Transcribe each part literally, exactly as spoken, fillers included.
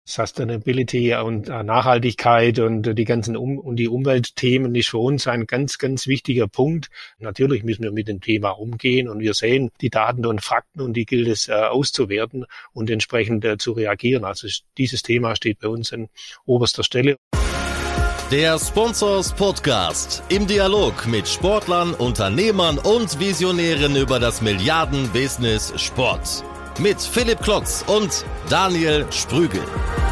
Sustainability und Nachhaltigkeit und die ganzen um und die Umweltthemen ist für uns ein ganz, ganz wichtiger Punkt. Natürlich müssen wir mit dem Thema umgehen und wir sehen die Daten und Fakten und die gilt es äh, auszuwerten und entsprechend äh, zu reagieren. Also dieses Thema steht bei uns an oberster Stelle. Der Sponsors Podcast im Dialog mit Sportlern, Unternehmern und Visionären über das Milliarden-Business Sport. Mit Philipp Klotz und Daniel Sprügel.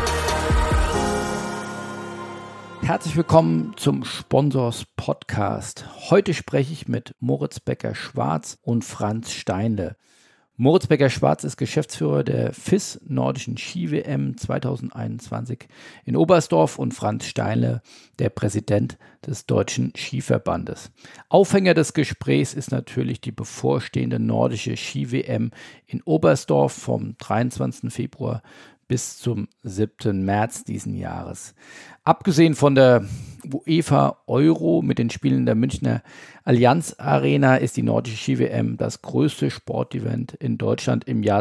Herzlich willkommen zum Sponsors Podcast. Heute spreche ich mit Moritz Becker-Schwarz und Franz Steinle. Moritz Becker-Schwarz ist Geschäftsführer der F I S Nordischen Ski-W M zwanzig einundzwanzig in Oberstdorf und Franz Steinle, der Präsident des Deutschen Skiverbandes. Aufhänger des Gesprächs ist natürlich die bevorstehende Nordische Ski-W M in Oberstdorf vom dreiundzwanzigsten Februar bis zum siebten März diesen Jahres. Abgesehen von der UEFA Euro mit den Spielen der Münchner Allianz Arena ist die Nordische Ski-W M das größte Sportevent in Deutschland im Jahr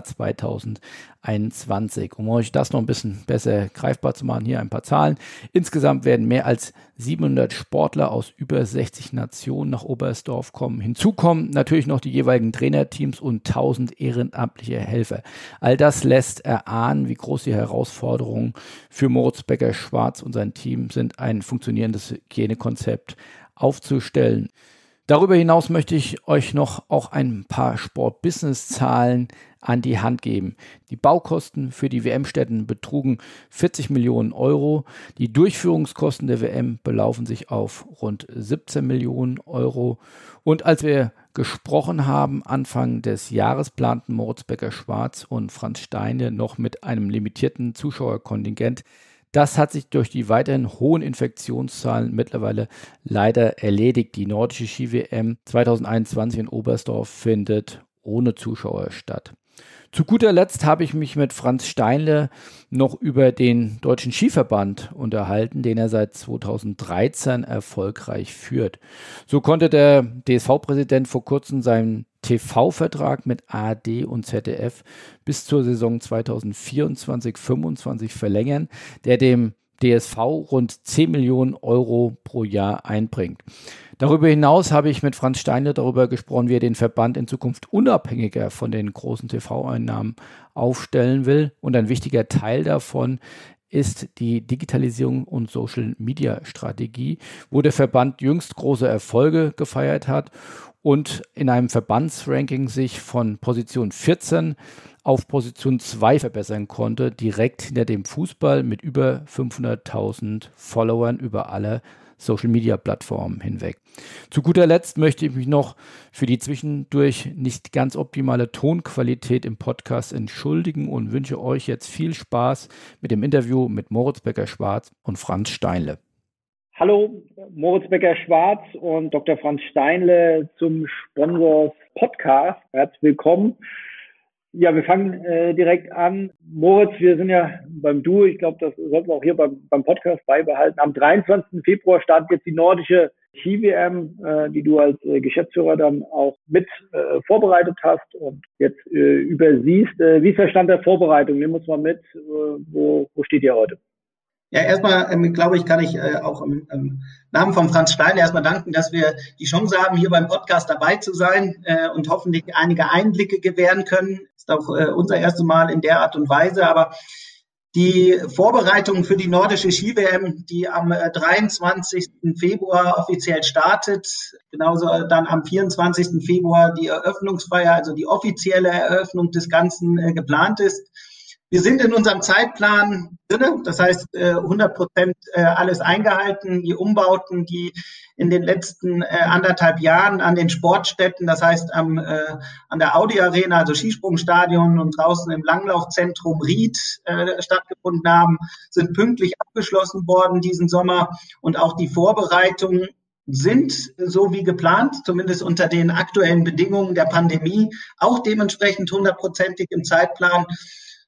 zweitausendeinundzwanzig. Um euch das noch ein bisschen besser greifbar zu machen, hier ein paar Zahlen. Insgesamt werden mehr als siebenhundert Sportler aus über sechzig Nationen nach Oberstdorf kommen. Hinzu kommen natürlich noch die jeweiligen Trainerteams und tausend ehrenamtliche Helfer. All das lässt erahnen, wie groß die Herausforderungen für Moritz Becker-Schwarz und sein Team sind, ein funktionierendes Hygienekonzept aufzustellen. Darüber hinaus möchte ich euch noch auch ein paar Sport-Business-Zahlen an die Hand geben. Die Baukosten für die W M-Stätten betrugen vierzig Millionen Euro. Die Durchführungskosten der W M belaufen sich auf rund siebzehn Millionen Euro. Und als wir gesprochen haben, Anfang des Jahres planten Moritz Becker-Schwarz und Franz Steinle noch mit einem limitierten Zuschauerkontingent. Das hat sich durch die weiterhin hohen Infektionszahlen mittlerweile leider erledigt. Die Nordische Ski-W M zwanzig einundzwanzig in Oberstdorf findet ohne Zuschauer statt. Zu guter Letzt habe ich mich mit Franz Steinle noch über den Deutschen Skiverband unterhalten, den er seit zweitausenddreizehn erfolgreich führt. So konnte der D S V-Präsident vor kurzem seinen T V-Vertrag mit A R D und Z D F bis zur Saison zweitausendvierundzwanzig fünfundzwanzig verlängern, der dem D S V rund zehn Millionen Euro pro Jahr einbringt. Darüber hinaus habe ich mit Franz Steinle darüber gesprochen, wie er den Verband in Zukunft unabhängiger von den großen T V-Einnahmen aufstellen will. Und ein wichtiger Teil davon ist die Digitalisierung und Social-Media-Strategie, wo der Verband jüngst große Erfolge gefeiert hat und in einem Verbandsranking sich von Position vierzehn auf Position zwei verbessern konnte, direkt hinter dem Fußball mit über fünfhunderttausend Followern über alle Social-Media-Plattformen hinweg. Zu guter Letzt möchte ich mich noch für die zwischendurch nicht ganz optimale Tonqualität im Podcast entschuldigen und wünsche euch jetzt viel Spaß mit dem Interview mit Moritz Becker-Schwarz und Franz Steinle. Hallo, Moritz Becker-Schwarz und Doktor Franz Steinle zum Sponsors Podcast. Herzlich willkommen. Ja, wir fangen äh, direkt an. Moritz, wir sind ja beim Du, ich glaube, das sollten wir auch hier beim, beim Podcast beibehalten. Am dreiundzwanzigsten Februar startet jetzt die Nordische Ski-W M, äh, die du als äh, Geschäftsführer dann auch mit äh, vorbereitet hast und jetzt äh, übersiehst. Äh, wie ist der Stand der Vorbereitung? Nimm uns mal mit. Äh, wo, wo steht ihr heute? Ja, erstmal, ähm, glaube ich, kann ich äh, auch im, im Namen von Franz Steinle erstmal danken, dass wir die Chance haben, hier beim Podcast dabei zu sein äh, und hoffentlich einige Einblicke gewähren können. Ist auch äh, unser erstes Mal in der Art und Weise, aber die Vorbereitung für die Nordische Ski-W M, die am äh, dreiundzwanzigsten Februar offiziell startet, genauso dann am vierundzwanzigsten Februar die Eröffnungsfeier, also die offizielle Eröffnung des Ganzen äh, geplant ist. Wir sind in unserem Zeitplan drin, das heißt hundert Prozent alles eingehalten. Die Umbauten, die in den letzten anderthalb Jahren an den Sportstätten, das heißt am, an der Audi Arena, also Skisprungstadion und draußen im Langlaufzentrum Ried stattgefunden haben, sind pünktlich abgeschlossen worden diesen Sommer. Und auch die Vorbereitungen sind so wie geplant, zumindest unter den aktuellen Bedingungen der Pandemie, auch dementsprechend hundertprozentig im Zeitplan.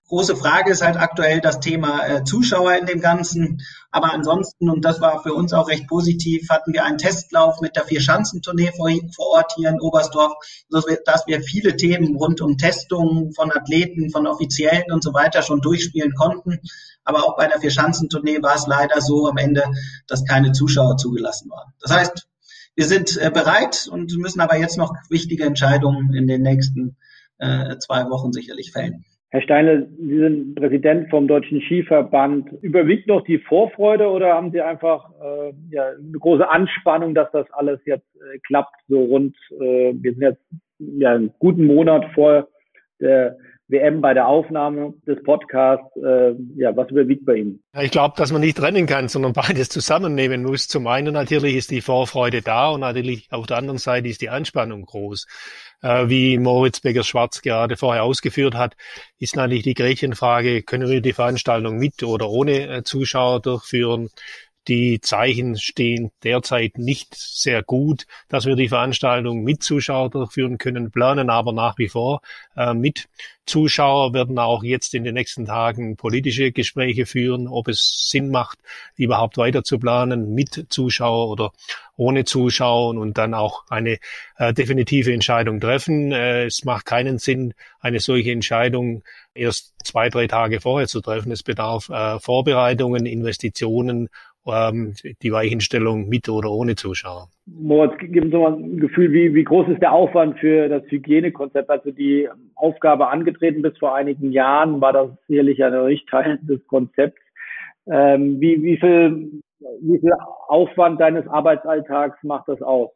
Große Frage ist halt aktuell das Thema äh, Zuschauer in dem Ganzen. Aber ansonsten, und das war für uns auch recht positiv, hatten wir einen Testlauf mit der Vier-Schanzentournee vor, vor Ort hier in Oberstdorf, dass wir, dass wir viele Themen rund um Testungen von Athleten, von Offiziellen und so weiter schon durchspielen konnten. Aber auch bei der Vier-Schanzentournee war es leider so am Ende, dass keine Zuschauer zugelassen waren. Das heißt, wir sind äh, bereit und müssen aber jetzt noch wichtige Entscheidungen in den nächsten äh, zwei Wochen sicherlich fällen. Herr Steinle, Sie sind Präsident vom Deutschen Skiverband. Überwiegt noch die Vorfreude oder haben Sie einfach äh, ja, eine große Anspannung, dass das alles jetzt äh, klappt, so rund? Äh, wir sind jetzt ja einen guten Monat vor der W M bei der Aufnahme des Podcasts. Äh, ja, was überwiegt bei Ihnen? Ich glaube, dass man nicht trennen kann, sondern beides zusammennehmen muss. Zum einen natürlich ist die Vorfreude da und natürlich auf der anderen Seite ist die Anspannung groß. Äh, wie Moritz Becker-Schwarz gerade vorher ausgeführt hat, ist natürlich die Gretchenfrage, können wir die Veranstaltung mit oder ohne äh, Zuschauer durchführen? Die Zeichen stehen derzeit nicht sehr gut, dass wir die Veranstaltung mit Zuschauer durchführen können, planen aber nach wie vor äh, mit Zuschauer, werden auch jetzt in den nächsten Tagen politische Gespräche führen, ob es Sinn macht, überhaupt weiter zu planen mit Zuschauer oder ohne Zuschauer und dann auch eine äh, definitive Entscheidung treffen. Äh, es macht keinen Sinn, eine solche Entscheidung erst zwei, drei Tage vorher zu treffen. Es bedarf äh, Vorbereitungen, Investitionen, die Weichenstellung mit oder ohne Zuschauer. Moritz, geben Sie mal ein Gefühl, wie, wie groß ist der Aufwand für das Hygienekonzept? Also die Aufgabe angetreten bis vor einigen Jahren war das sicherlich ja noch nicht Teil des Konzepts. Ähm, wie, wie viel, wie viel Aufwand deines Arbeitsalltags macht das aus?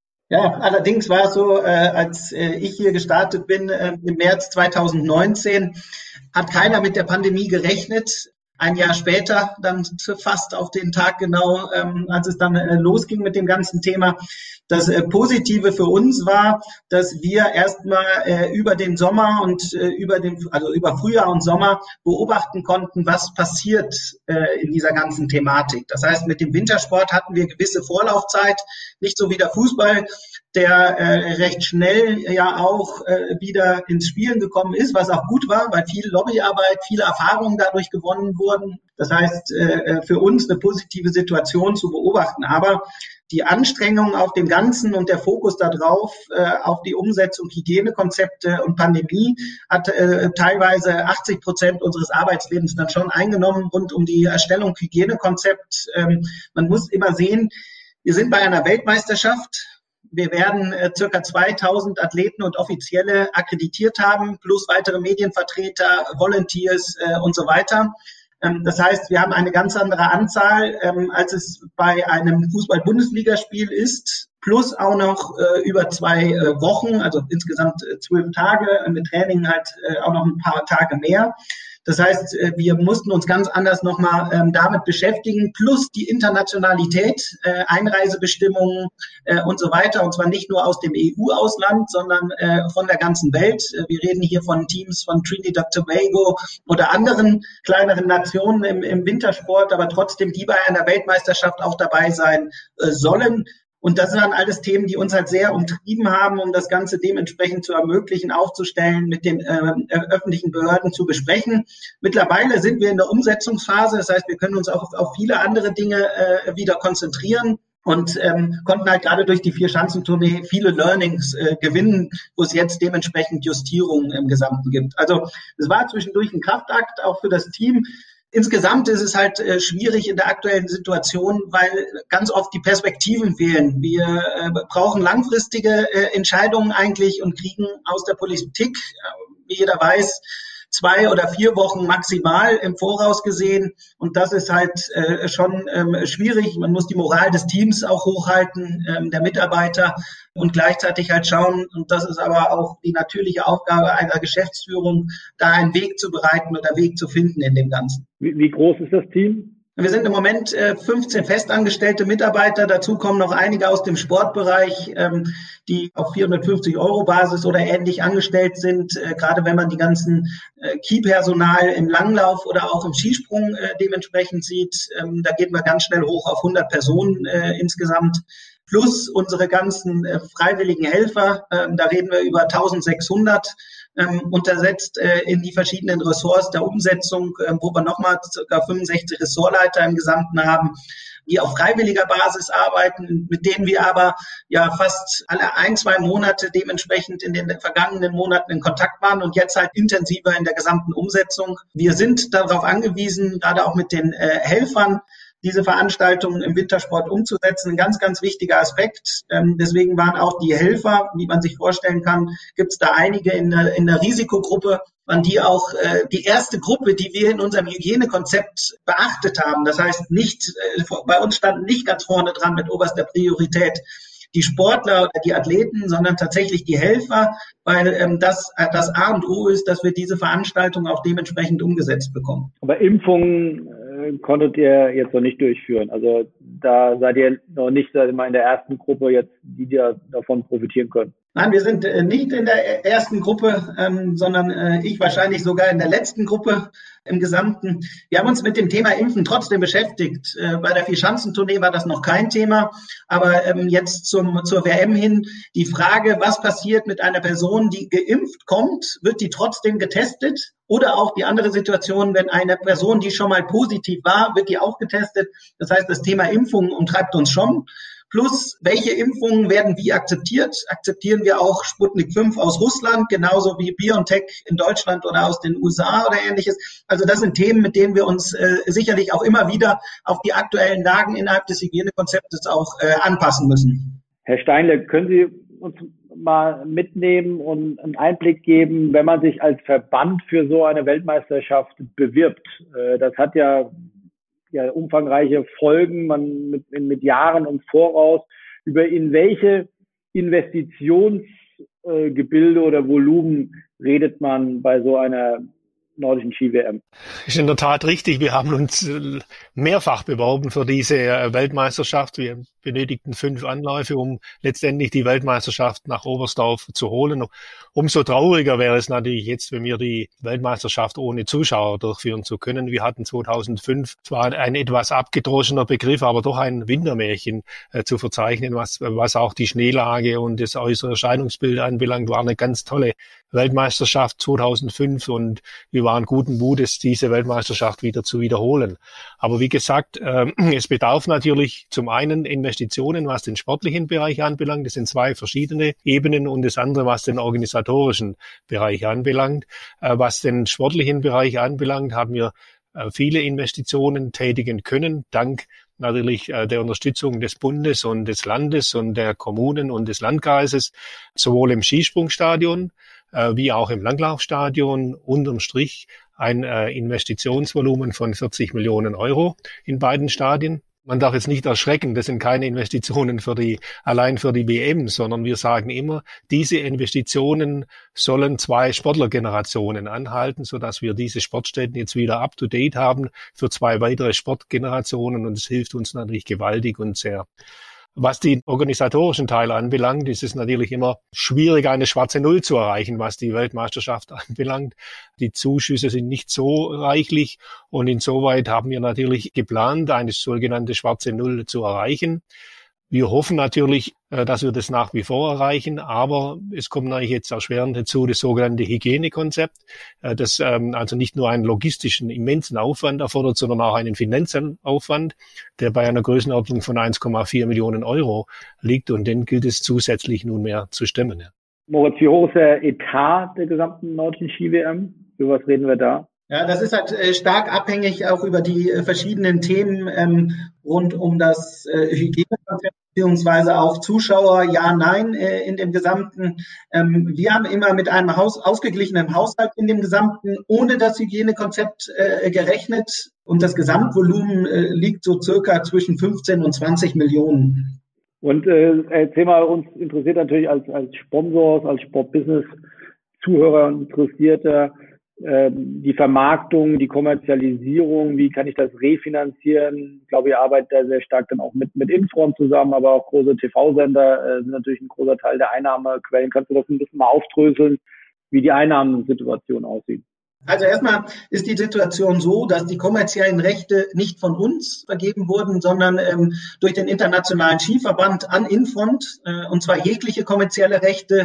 Ja, allerdings war es so, äh, als äh, ich hier gestartet bin äh, im März zweitausendneunzehn, hat keiner mit der Pandemie gerechnet. Ein Jahr später, dann fast auf den Tag genau, ähm, als es dann äh, losging mit dem ganzen Thema. Das äh, Positive für uns war, dass wir erstmal äh, über den Sommer und äh, über den, also über Frühjahr und Sommer beobachten konnten, was passiert äh, in dieser ganzen Thematik. Das heißt, mit dem Wintersport hatten wir gewisse Vorlaufzeit, nicht so wie der Fußball, der äh, recht schnell ja auch äh, wieder ins Spielen gekommen ist, was auch gut war, weil viel Lobbyarbeit, viele Erfahrungen dadurch gewonnen wurden. Das heißt, äh, für uns eine positive Situation zu beobachten. Aber die Anstrengung auf dem Ganzen und der Fokus darauf, äh, auf die Umsetzung Hygienekonzepte und Pandemie, hat äh, teilweise achtzig Prozent unseres Arbeitslebens dann schon eingenommen rund um die Erstellung Hygienekonzept. Ähm, man muss immer sehen, wir sind bei einer Weltmeisterschaft. Wir werden äh, circa zweitausend Athleten und Offizielle akkreditiert haben, plus weitere Medienvertreter, Volunteers äh, und so weiter. Ähm, das heißt, wir haben eine ganz andere Anzahl, ähm, als es bei einem Fußball-Bundesligaspiel ist, plus auch noch äh, über zwei äh, Wochen, also insgesamt äh, zwölf Tage, äh, mit Training halt äh, auch noch ein paar Tage mehr. Das heißt, wir mussten uns ganz anders nochmal ähm, damit beschäftigen, plus die Internationalität, äh, Einreisebestimmungen äh, und so weiter. Und zwar nicht nur aus dem E U-Ausland, sondern äh, von der ganzen Welt. Wir reden hier von Teams von Trinidad Tobago oder anderen kleineren Nationen im, im Wintersport, aber trotzdem, die bei einer Weltmeisterschaft auch dabei sein äh, sollen. Und das sind dann alles Themen, die uns halt sehr umtrieben haben, um das Ganze dementsprechend zu ermöglichen, aufzustellen, mit den äh, öffentlichen Behörden zu besprechen. Mittlerweile sind wir in der Umsetzungsphase, das heißt, wir können uns auch auf viele andere Dinge äh, wieder konzentrieren und ähm, konnten halt gerade durch die Vier-Schanzentournee viele Learnings äh, gewinnen, wo es jetzt dementsprechend Justierungen im Gesamten gibt. Also es war zwischendurch ein Kraftakt, auch für das Team. Insgesamt ist es halt äh, schwierig in der aktuellen Situation, weil ganz oft die Perspektiven fehlen. Wir äh, brauchen langfristige äh, Entscheidungen eigentlich und kriegen aus der Politik, äh, wie jeder weiß, zwei oder vier Wochen maximal im Voraus gesehen. Und das ist halt äh, schon ähm, schwierig. Man muss die Moral des Teams auch hochhalten, ähm, der Mitarbeiter und gleichzeitig halt schauen. Und das ist aber auch die natürliche Aufgabe einer Geschäftsführung, da einen Weg zu bereiten oder Weg zu finden in dem Ganzen. Wie, wie groß ist das Team? Wir sind im Moment äh, fünfzehn festangestellte Mitarbeiter. Dazu kommen noch einige aus dem Sportbereich, ähm, die auf vierhundertfünfzig Euro Basis oder ähnlich angestellt sind. Äh, gerade wenn man die ganzen äh, Key-Personal im Langlauf oder auch im Skisprung äh, dementsprechend sieht, ähm, da gehen wir ganz schnell hoch auf hundert Personen äh, insgesamt. Plus unsere ganzen äh, freiwilligen Helfer, äh, da reden wir über eintausendsechshundert. ähm, untersetzt äh, in die verschiedenen Ressorts der Umsetzung, äh, wo wir nochmal ca. fünfundsechzig Ressortleiter im Gesamten haben, die auf freiwilliger Basis arbeiten, mit denen wir aber ja fast alle ein, zwei Monate dementsprechend in den vergangenen Monaten in Kontakt waren und jetzt halt intensiver in der gesamten Umsetzung. Wir sind darauf angewiesen, gerade auch mit den äh, Helfern, diese Veranstaltungen im Wintersport umzusetzen. Ein ganz, ganz wichtiger Aspekt. Ähm, deswegen waren auch die Helfer, wie man sich vorstellen kann, gibt es da einige in der, in der Risikogruppe, waren die auch äh, die erste Gruppe, die wir in unserem Hygienekonzept beachtet haben. Das heißt, nicht äh, bei uns standen nicht ganz vorne dran mit oberster Priorität die Sportler oder die Athleten, sondern tatsächlich die Helfer, weil ähm, das äh, das A und O ist, dass wir diese Veranstaltung auch dementsprechend umgesetzt bekommen. Aber Impfungen äh, konntet ihr jetzt noch nicht durchführen. Also da seid ihr noch nicht, seid ihr mal in der ersten Gruppe jetzt, die da davon profitieren können. Nein, wir sind äh, nicht in der ersten Gruppe, ähm, sondern äh, ich wahrscheinlich sogar in der letzten Gruppe im Gesamten. Wir haben uns mit dem Thema Impfen trotzdem beschäftigt. Äh, bei der Vierschanzentournee war das noch kein Thema, aber ähm, jetzt zum zur W M hin die Frage, was passiert mit einer Person, die geimpft kommt, wird die trotzdem getestet? Oder auch die andere Situation, wenn eine Person, die schon mal positiv war, wird die auch getestet? Das heißt, das Thema Impfung umtreibt uns schon. Plus, welche Impfungen werden wie akzeptiert? Akzeptieren wir auch Sputnik fünf aus Russland, genauso wie BioNTech in Deutschland oder aus den U S A oder ähnliches? Also das sind Themen, mit denen wir uns äh, sicherlich auch immer wieder auf die aktuellen Lagen innerhalb des Hygienekonzeptes auch äh, anpassen müssen. Herr Steinle, können Sie uns mal mitnehmen und einen Einblick geben, wenn man sich als Verband für so eine Weltmeisterschaft bewirbt? Äh, das hat ja ja umfangreiche Folgen, man mit, mit Jahren im Voraus, über in welche Investitionsgebilde äh, oder Volumen redet man bei so einer nordischen Ski-W M? Ist in der Tat richtig. Wir haben uns mehrfach beworben für diese Weltmeisterschaft. Wir benötigten fünf Anläufe, um letztendlich die Weltmeisterschaft nach Oberstdorf zu holen. Umso trauriger wäre es natürlich jetzt, wenn wir die Weltmeisterschaft ohne Zuschauer durchführen zu können. Wir hatten zweitausendfünf zwar ein etwas abgedroschener Begriff, aber doch ein Wintermärchen äh, zu verzeichnen, was, was auch die Schneelage und das äußere Erscheinungsbild anbelangt, war eine ganz tolle Weltmeisterschaft zweitausendfünf und wir waren guten Mutes, diese Weltmeisterschaft wieder zu wiederholen. Aber wie gesagt, äh, es bedarf natürlich zum einen Investitionen, was den sportlichen Bereich anbelangt. Das sind zwei verschiedene Ebenen und das andere, was den organisatorischen Bereich anbelangt. Äh, was den sportlichen Bereich anbelangt, haben wir äh, viele Investitionen tätigen können, dank natürlich äh, der Unterstützung des Bundes und des Landes und der Kommunen und des Landkreises, sowohl im Skisprungstadion äh, wie auch im Langlaufstadion. Unterm Strich ein äh, Investitionsvolumen von vierzig Millionen Euro in beiden Stadien. Man darf jetzt nicht erschrecken, das sind keine Investitionen für die, allein für die W M, sondern wir sagen immer, diese Investitionen sollen zwei Sportlergenerationen anhalten, sodass wir diese Sportstätten jetzt wieder up to date haben für zwei weitere Sportgenerationen und es hilft uns natürlich gewaltig und sehr. Was den organisatorischen Teil anbelangt, ist es natürlich immer schwierig, eine schwarze Null zu erreichen, was die Weltmeisterschaft anbelangt. Die Zuschüsse sind nicht so reichlich und insoweit haben wir natürlich geplant, eine sogenannte schwarze Null zu erreichen. Wir hoffen natürlich, dass wir das nach wie vor erreichen, aber es kommt natürlich jetzt erschwerend hinzu das sogenannte Hygienekonzept, das also nicht nur einen logistischen immensen Aufwand erfordert, sondern auch einen finanziellen Aufwand, der bei einer Größenordnung von eins Komma vier Millionen Euro liegt und den gilt es zusätzlich nunmehr zu stemmen. Moritz, wie hoch ist der Etat der gesamten nordischen Ski-W M? Über was reden wir da? Ja, das ist halt äh, stark abhängig auch über die äh, verschiedenen Themen ähm, rund um das äh, Hygienekonzept beziehungsweise auch Zuschauer, ja, nein äh, in dem Gesamten. Ähm, wir haben immer mit einem Haus, ausgeglichenen Haushalt in dem Gesamten ohne das Hygienekonzept äh, gerechnet und das Gesamtvolumen äh, liegt so circa zwischen fünfzehn und zwanzig Millionen. Und äh, erzähl mal, uns interessiert natürlich als, als Sponsors, als Sportbusiness-Zuhörer und Interessierter, die Vermarktung, die Kommerzialisierung, wie kann ich das refinanzieren? Ich glaube, ihr arbeitet da sehr stark dann auch mit, mit Inform zusammen, aber auch große T V-Sender äh, sind natürlich ein großer Teil der Einnahmequellen. Kannst du das ein bisschen mal aufdröseln, wie die Einnahmensituation aussieht? Also erstmal ist die Situation so, dass die kommerziellen Rechte nicht von uns vergeben wurden, sondern ähm, durch den Internationalen Skiverband an Infront, äh, und zwar jegliche kommerzielle Rechte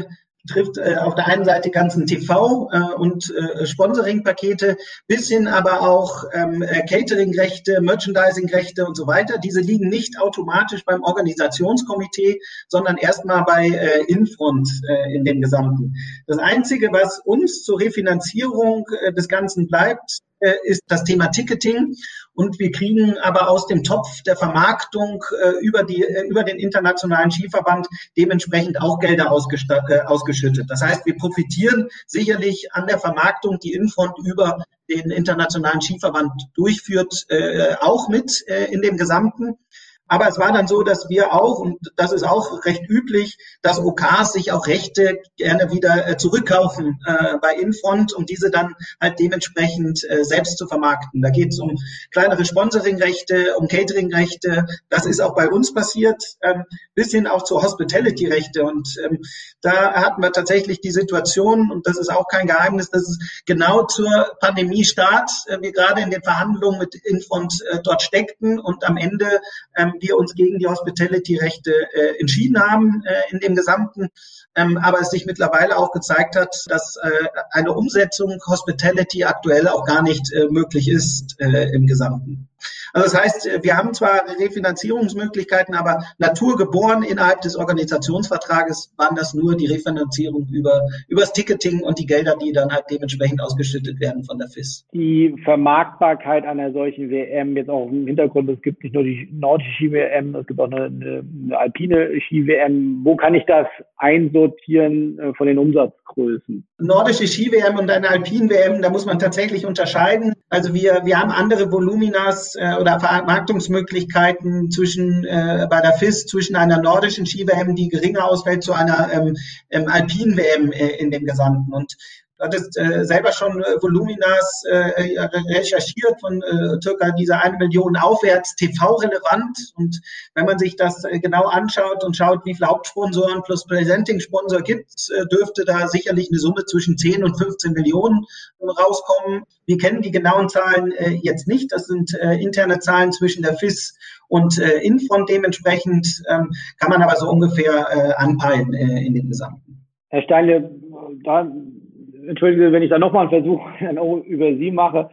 trifft äh, auf der einen Seite ganzen T V äh, und äh, Sponsoring-Pakete, bis hin aber auch ähm, Catering-Rechte, Merchandising-Rechte und so weiter. Diese liegen nicht automatisch beim Organisationskomitee, sondern erstmal bei äh, Infront äh, in dem Gesamten. Das Einzige, was uns zur Refinanzierung äh, des Ganzen bleibt, äh, ist das Thema Ticketing. Und wir kriegen aber aus dem Topf der Vermarktung äh, über die äh, über den Internationalen Skiverband dementsprechend auch Gelder ausgesta- äh, ausgeschüttet. Das heißt, wir profitieren sicherlich an der Vermarktung, die Infront über den Internationalen Skiverband durchführt, äh, auch mit äh, in dem Gesamten. Aber es war dann so, dass wir auch, und das ist auch recht üblich, dass O Ks sich auch Rechte gerne wieder äh, zurückkaufen äh, bei Infront, um diese dann halt dementsprechend äh, selbst zu vermarkten. Da geht es um kleinere Sponsoring-Rechte, um Catering-Rechte. Das ist auch bei uns passiert, ähm, bis hin auch zu Hospitality-Rechte. Und ähm, da hatten wir tatsächlich die Situation, und das ist auch kein Geheimnis, dass es genau zur Pandemiestart äh, wir gerade in den Verhandlungen mit Infront äh, dort steckten und am Ende ähm, wir uns gegen die Hospitality-Rechte äh, entschieden haben äh, in dem Gesamten, ähm, aber es sich mittlerweile auch gezeigt hat, dass äh, eine Umsetzung Hospitality aktuell auch gar nicht äh, möglich ist äh, im Gesamten. Also das heißt, wir haben zwar Refinanzierungsmöglichkeiten, aber naturgeboren innerhalb des Organisationsvertrages waren das nur die Refinanzierung über übers Ticketing und die Gelder, die dann halt dementsprechend ausgeschüttet werden von der F I S. Die Vermarktbarkeit einer solchen W M, jetzt auch im Hintergrund, es gibt nicht nur die nordische Ski-W M, es gibt auch eine, eine, eine alpine Ski-W M. Wo kann ich das einsortieren äh, von den Umsatzgrößen? Nordische Ski-W M und eine Alpin-W M, da muss man tatsächlich unterscheiden. Also wir wir haben andere Voluminas äh, oder Vermarktungsmöglichkeiten zwischen äh, bei der F I S zwischen einer nordischen Ski-W M, die geringer ausfällt, zu einer ähm, ähm, Alpin-W M äh, in dem Gesamten. Und du hattest äh, selber schon äh, Voluminas äh, recherchiert von äh, circa dieser eine Million aufwärts, T V-relevant. Und wenn man sich das äh, genau anschaut und schaut, wie viele Hauptsponsoren plus Presenting-Sponsor gibt, äh, dürfte da sicherlich eine Summe zwischen zehn und fünfzehn Millionen äh, rauskommen. Wir kennen die genauen Zahlen äh, jetzt nicht. Das sind äh, interne Zahlen zwischen der F I S und äh, Infront. Dementsprechend ähm, kann man aber so ungefähr äh, anpeilen äh, in dem Gesamten. Herr Steinle, da entschuldige, wenn ich da nochmal einen Versuch über Sie mache.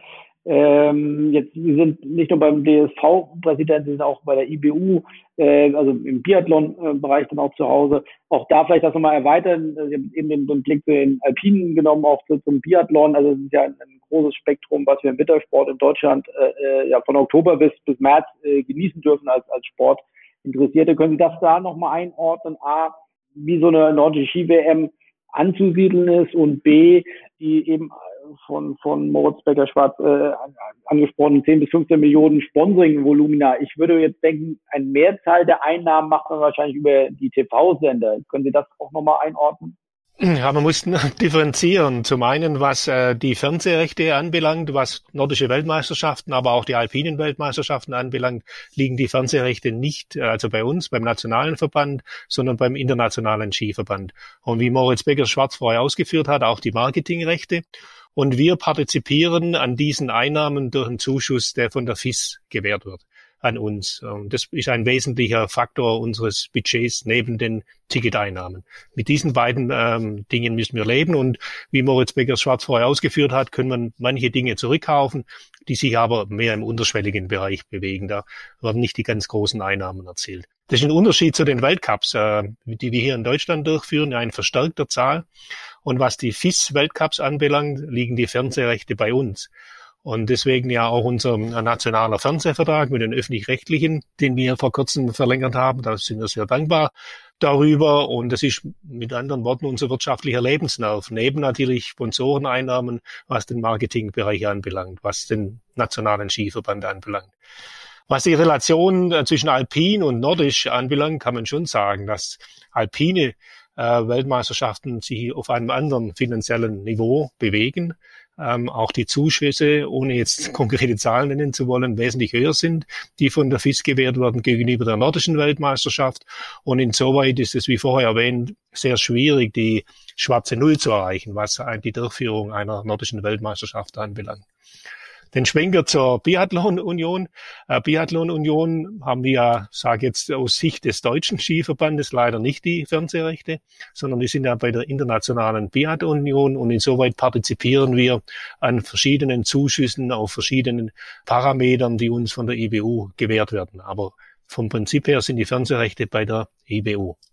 Ähm, jetzt, Sie sind nicht nur beim D S V-Präsident, Sie sind auch bei der I B U, äh, also im Biathlon-Bereich dann auch zu Hause. Auch da vielleicht das nochmal erweitern. Sie haben eben den, den Blick zu den Alpinen genommen, auch zu, zum Biathlon. Also es ist ja ein, ein großes Spektrum, was wir im Wintersport in Deutschland äh, ja von Oktober bis bis März äh, genießen dürfen als als Sportinteressierte. Können Sie das da nochmal einordnen? A, wie so eine nordische Ski-W M anzusiedeln ist, und B, die eben von von Moritz Becker-Schwarz äh, angesprochenen zehn bis fünfzehn Millionen Sponsoring-Volumina. Ich würde jetzt denken, eine Mehrzahl der Einnahmen macht man wahrscheinlich über die T V-Sender. Können Sie das auch nochmal einordnen? Ja, man muss differenzieren. Zum einen, was äh, die Fernsehrechte anbelangt, was nordische Weltmeisterschaften, aber auch die alpinen Weltmeisterschaften anbelangt, liegen die Fernsehrechte nicht, also bei uns, beim nationalen Verband, sondern beim internationalen Skiverband. Und wie Moritz Becker-Schwarz vorher ausgeführt hat, auch die Marketingrechte. Und wir partizipieren an diesen Einnahmen durch einen Zuschuss, der von der F I S gewährt wird an uns. Und das ist ein wesentlicher Faktor unseres Budgets neben den Ticketeinnahmen. Mit diesen beiden ähm, Dingen müssen wir leben, und wie Moritz Becker-Schwarz vorher ausgeführt hat, können man manche Dinge zurückkaufen, die sich aber mehr im unterschwelligen Bereich bewegen. Da werden nicht die ganz großen Einnahmen erzielt. Das ist ein Unterschied zu den Weltcups, äh, die wir hier in Deutschland durchführen, in verstärkter Zahl. Und was die F I S-Weltcups anbelangt, liegen die Fernsehrechte bei uns. Und deswegen ja auch unser nationaler Fernsehvertrag mit den Öffentlich-Rechtlichen, den wir vor kurzem verlängert haben. Da sind wir sehr dankbar darüber. Und das ist mit anderen Worten unser wirtschaftlicher Lebensnerv. Neben natürlich Sponsoreneinnahmen, was den Marketingbereich anbelangt, was den nationalen Skiverband anbelangt. Was die Relation zwischen Alpin und Nordisch anbelangt, kann man schon sagen, dass alpine äh, Weltmeisterschaften sich auf einem anderen finanziellen Niveau bewegen. Ähm, auch die Zuschüsse, ohne jetzt konkrete Zahlen nennen zu wollen, wesentlich höher sind, die von der F I S gewährt werden gegenüber der nordischen Weltmeisterschaft. Und insoweit ist es, wie vorher erwähnt, sehr schwierig, die schwarze Null zu erreichen, was die Durchführung einer nordischen Weltmeisterschaft anbelangt. Den Schwenker zur Biathlon-Union. Äh, Biathlon-Union haben wir ja, sage jetzt aus Sicht des deutschen Skiverbandes leider nicht die Fernsehrechte, sondern die sind ja bei der internationalen Biathlon-Union und insoweit partizipieren wir an verschiedenen Zuschüssen auf verschiedenen Parametern, die uns von der I B U gewährt werden. Aber vom Prinzip her sind die Fernsehrechte bei der I B U.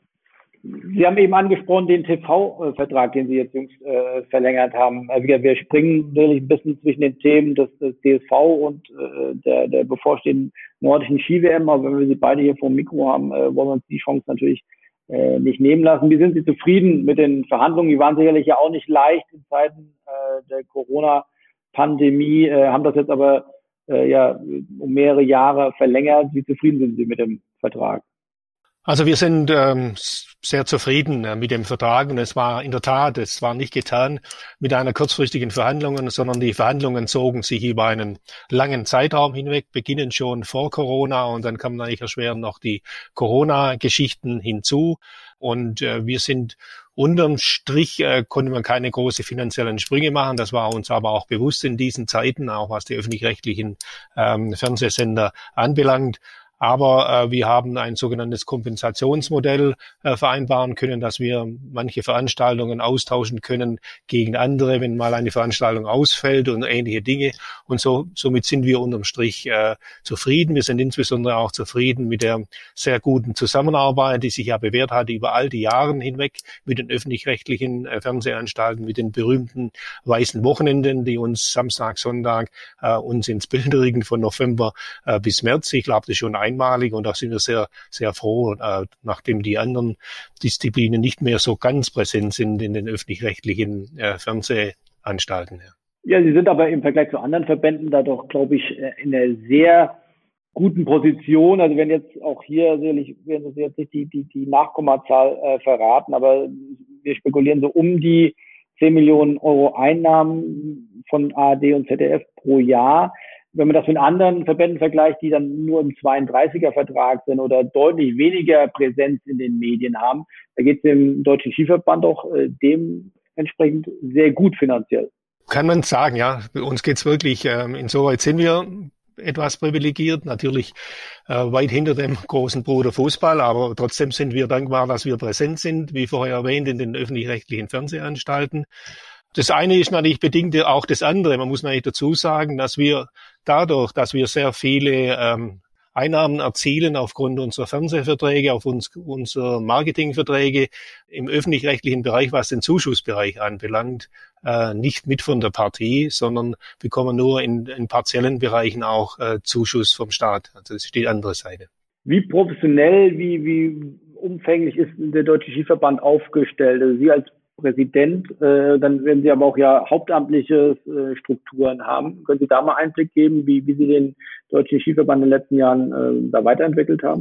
Sie haben eben angesprochen, den T V-Vertrag, den Sie jetzt jüngst äh, verlängert haben. Also wir, wir springen wirklich ein bisschen zwischen den Themen des, des D S V und äh, der, der bevorstehenden nordischen Ski-W M. Aber wenn wir Sie beide hier vor dem Mikro haben, äh, wollen wir uns die Chance natürlich äh, nicht nehmen lassen. Wie sind Sie zufrieden mit den Verhandlungen? Die waren sicherlich ja auch nicht leicht in Zeiten äh, der Corona-Pandemie, äh, haben das jetzt aber äh, ja um mehrere Jahre verlängert. Wie zufrieden sind Sie mit dem Vertrag? Also wir sind ähm, sehr zufrieden äh, mit dem Vertrag und es war in der Tat, es war nicht getan mit einer kurzfristigen Verhandlung, sondern die Verhandlungen zogen sich über einen langen Zeitraum hinweg, beginnen schon vor Corona und dann kamen eigentlich erschwerend noch die Corona-Geschichten hinzu und äh, wir sind unterm Strich äh, konnte man keine großen finanziellen Sprünge machen. Das war uns aber auch bewusst in diesen Zeiten, auch was die öffentlich-rechtlichen ähm, Fernsehsender anbelangt. Aber äh, wir haben ein sogenanntes Kompensationsmodell äh, vereinbaren können, dass wir manche Veranstaltungen austauschen können gegen andere, wenn mal eine Veranstaltung ausfällt und ähnliche Dinge. Und so somit sind wir unterm Strich äh, zufrieden. Wir sind insbesondere auch zufrieden mit der sehr guten Zusammenarbeit, die sich ja bewährt hat über all die Jahre hinweg mit den öffentlich-rechtlichen äh, Fernsehanstalten, mit den berühmten weißen Wochenenden, die uns Samstag, Sonntag äh, uns ins Bild rücken von November äh, bis März. Ich glaube, das ist schon ein einmalig und da sind wir sehr, sehr froh, äh, nachdem die anderen Disziplinen nicht mehr so ganz präsent sind in den öffentlich-rechtlichen äh, Fernsehanstalten. Ja. ja, Sie sind aber im Vergleich zu anderen Verbänden da doch, glaube ich, in einer sehr guten Position. Also wenn jetzt auch hier, sicherlich werden Sie jetzt nicht die, die, die Nachkommazahl äh, verraten, aber wir spekulieren so um die zehn Millionen Euro Einnahmen von A R D und Z D F pro Jahr. Wenn man das mit anderen Verbänden vergleicht, die dann nur im zweiunddreißiger-Vertrag sind oder deutlich weniger Präsenz in den Medien haben, da geht es dem Deutschen Skiverband auch äh, dementsprechend sehr gut finanziell. Kann man sagen, ja. Bei uns geht's wirklich, ähm, insoweit sind wir etwas privilegiert, natürlich äh, weit hinter dem großen Bruder Fußball, aber trotzdem sind wir dankbar, dass wir präsent sind, wie vorher erwähnt, in den öffentlich-rechtlichen Fernsehanstalten. Das eine ist natürlich bedingt auch das andere. Man muss natürlich dazu sagen, dass wir dadurch, dass wir sehr viele ähm, Einnahmen erzielen aufgrund unserer Fernsehverträge, auf uns, unserer Marketingverträge im öffentlich-rechtlichen Bereich, was den Zuschussbereich anbelangt, äh, nicht mit von der Partie, sondern bekommen nur in, in partiellen Bereichen auch äh, Zuschuss vom Staat. Also das ist die andere Seite. Wie professionell, wie, wie umfänglich ist der Deutsche Skiverband aufgestellt? Also Sie als Präsident, äh, dann werden Sie aber auch ja hauptamtliche äh, Strukturen haben. Können Sie da mal Einblick geben, wie, wie Sie den Deutschen Skiverband in den letzten Jahren äh, da weiterentwickelt haben?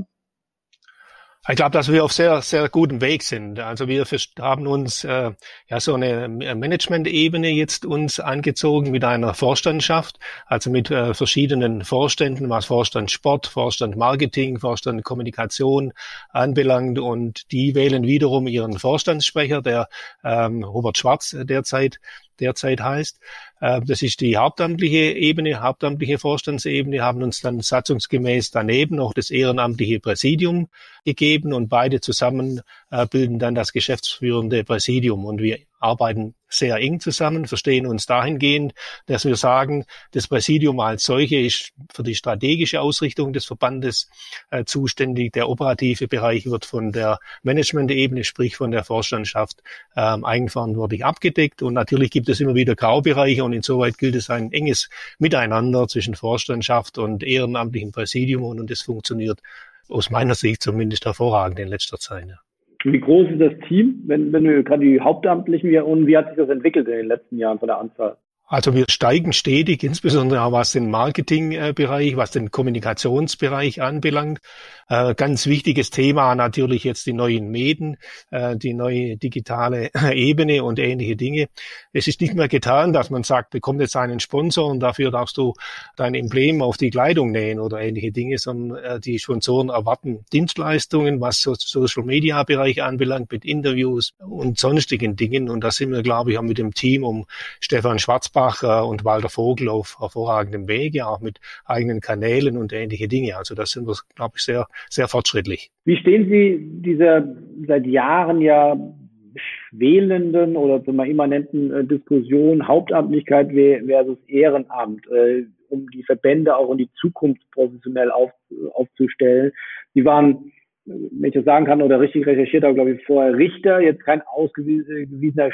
Ich glaube, dass wir auf sehr, sehr gutem Weg sind. Also wir haben uns äh, ja so eine Management-Ebene jetzt uns angezogen mit einer Vorstandschaft, also mit äh, verschiedenen Vorständen, was Vorstand Sport, Vorstand Marketing, Vorstand Kommunikation anbelangt. Und die wählen wiederum ihren Vorstandssprecher, der ähm, Robert Schwarz derzeit derzeit heißt. Das ist die hauptamtliche Ebene, hauptamtliche Vorstandsebene, haben uns dann satzungsgemäß daneben noch das ehrenamtliche Präsidium gegeben und beide zusammen bilden dann das geschäftsführende Präsidium. Und wir arbeiten sehr eng zusammen, verstehen uns dahingehend, dass wir sagen, das Präsidium als solche ist für die strategische Ausrichtung des Verbandes äh, zuständig. Der operative Bereich wird von der Management-Ebene, sprich von der Vorstandschaft, ähm, eigenverantwortlich abgedeckt. Und natürlich gibt es immer wieder Graubereiche und insoweit gilt es ein enges Miteinander zwischen Vorstandschaft und ehrenamtlichem Präsidium und, und das funktioniert aus meiner Sicht zumindest hervorragend in letzter Zeit. Ja. Wie groß ist das Team, wenn, wenn wir gerade die Hauptamtlichen, und wie hat sich das entwickelt in den letzten Jahren von der Anzahl? Also wir steigen stetig, insbesondere auch was den Marketingbereich, was den Kommunikationsbereich anbelangt. Äh, ganz wichtiges Thema natürlich jetzt die neuen Medien, äh, die neue digitale Ebene und ähnliche Dinge. Es ist nicht mehr getan, dass man sagt, bekomm jetzt einen Sponsor und dafür darfst du dein Emblem auf die Kleidung nähen oder ähnliche Dinge, sondern äh, die Sponsoren erwarten Dienstleistungen, was so Social-Media-Bereich anbelangt, mit Interviews und sonstigen Dingen. Und da sind wir, glaube ich, auch mit dem Team um Stefan Schwarzbach Asbach äh, und Walter Vogel auf hervorragendem Wege, auch mit eigenen Kanälen und ähnliche Dinge. Also da sind wir, glaube ich, sehr, sehr fortschrittlich. Wie stehen Sie dieser seit Jahren ja schwelenden oder zum immanenten äh, Diskussion Hauptamtlichkeit versus Ehrenamt, äh, um die Verbände auch in die Zukunft professionell auf, aufzustellen? Sie waren, wenn ich das sagen kann, oder richtig recherchiert habe, glaube ich, vorher Richter, jetzt kein ausgewiesener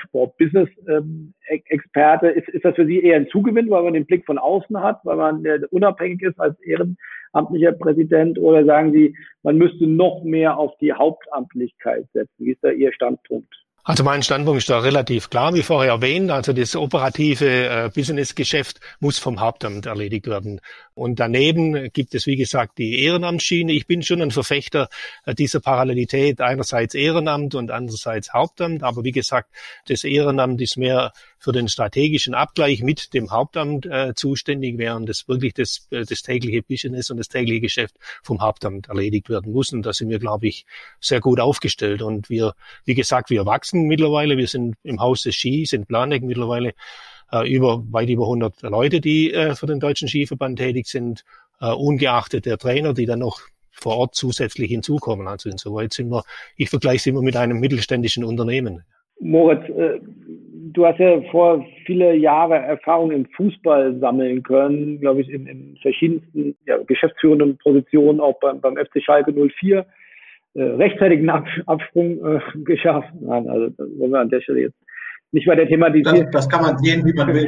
Sport-Business-Experte. Ist, ist das für Sie eher ein Zugewinn, weil man den Blick von außen hat, weil man äh, unabhängig ist als ehrenamtlicher Präsident? Oder sagen Sie, man müsste noch mehr auf die Hauptamtlichkeit setzen? Wie ist da Ihr Standpunkt? Also mein Standpunkt ist da relativ klar, wie vorher erwähnt. Also das operative äh, Businessgeschäft muss vom Hauptamt erledigt werden. Und daneben gibt es, wie gesagt, die Ehrenamtsschiene. Ich bin schon ein Verfechter äh, dieser Parallelität, einerseits Ehrenamt und andererseits Hauptamt. Aber wie gesagt, das Ehrenamt ist mehr für den strategischen Abgleich mit dem Hauptamt äh, zuständig, während das wirklich das, äh, das tägliche Business und das tägliche Geschäft vom Hauptamt erledigt werden muss. Und da sind wir, glaube ich, sehr gut aufgestellt. Und wir, wie gesagt, wir wachsen mittlerweile. Wir sind im Haus des Ski, sind Planegg mittlerweile äh, über weit über hundert Leute, die äh, für den Deutschen Skiverband tätig sind, äh, ungeachtet der Trainer, die dann noch vor Ort zusätzlich hinzukommen. Also insoweit sind wir, ich vergleiche es immer mit einem mittelständischen Unternehmen. Moritz, äh, du hast ja vor viele Jahre Erfahrung im Fußball sammeln können, glaube ich, in, in verschiedensten ja, geschäftsführenden Positionen, auch beim, beim F C Schalke null vier. Äh, rechtzeitigen Ab Absprung äh, geschafft. Nein, also das wollen wir an der Stelle jetzt nicht weiter thematisieren. Das, das kann man sehen, wie man will.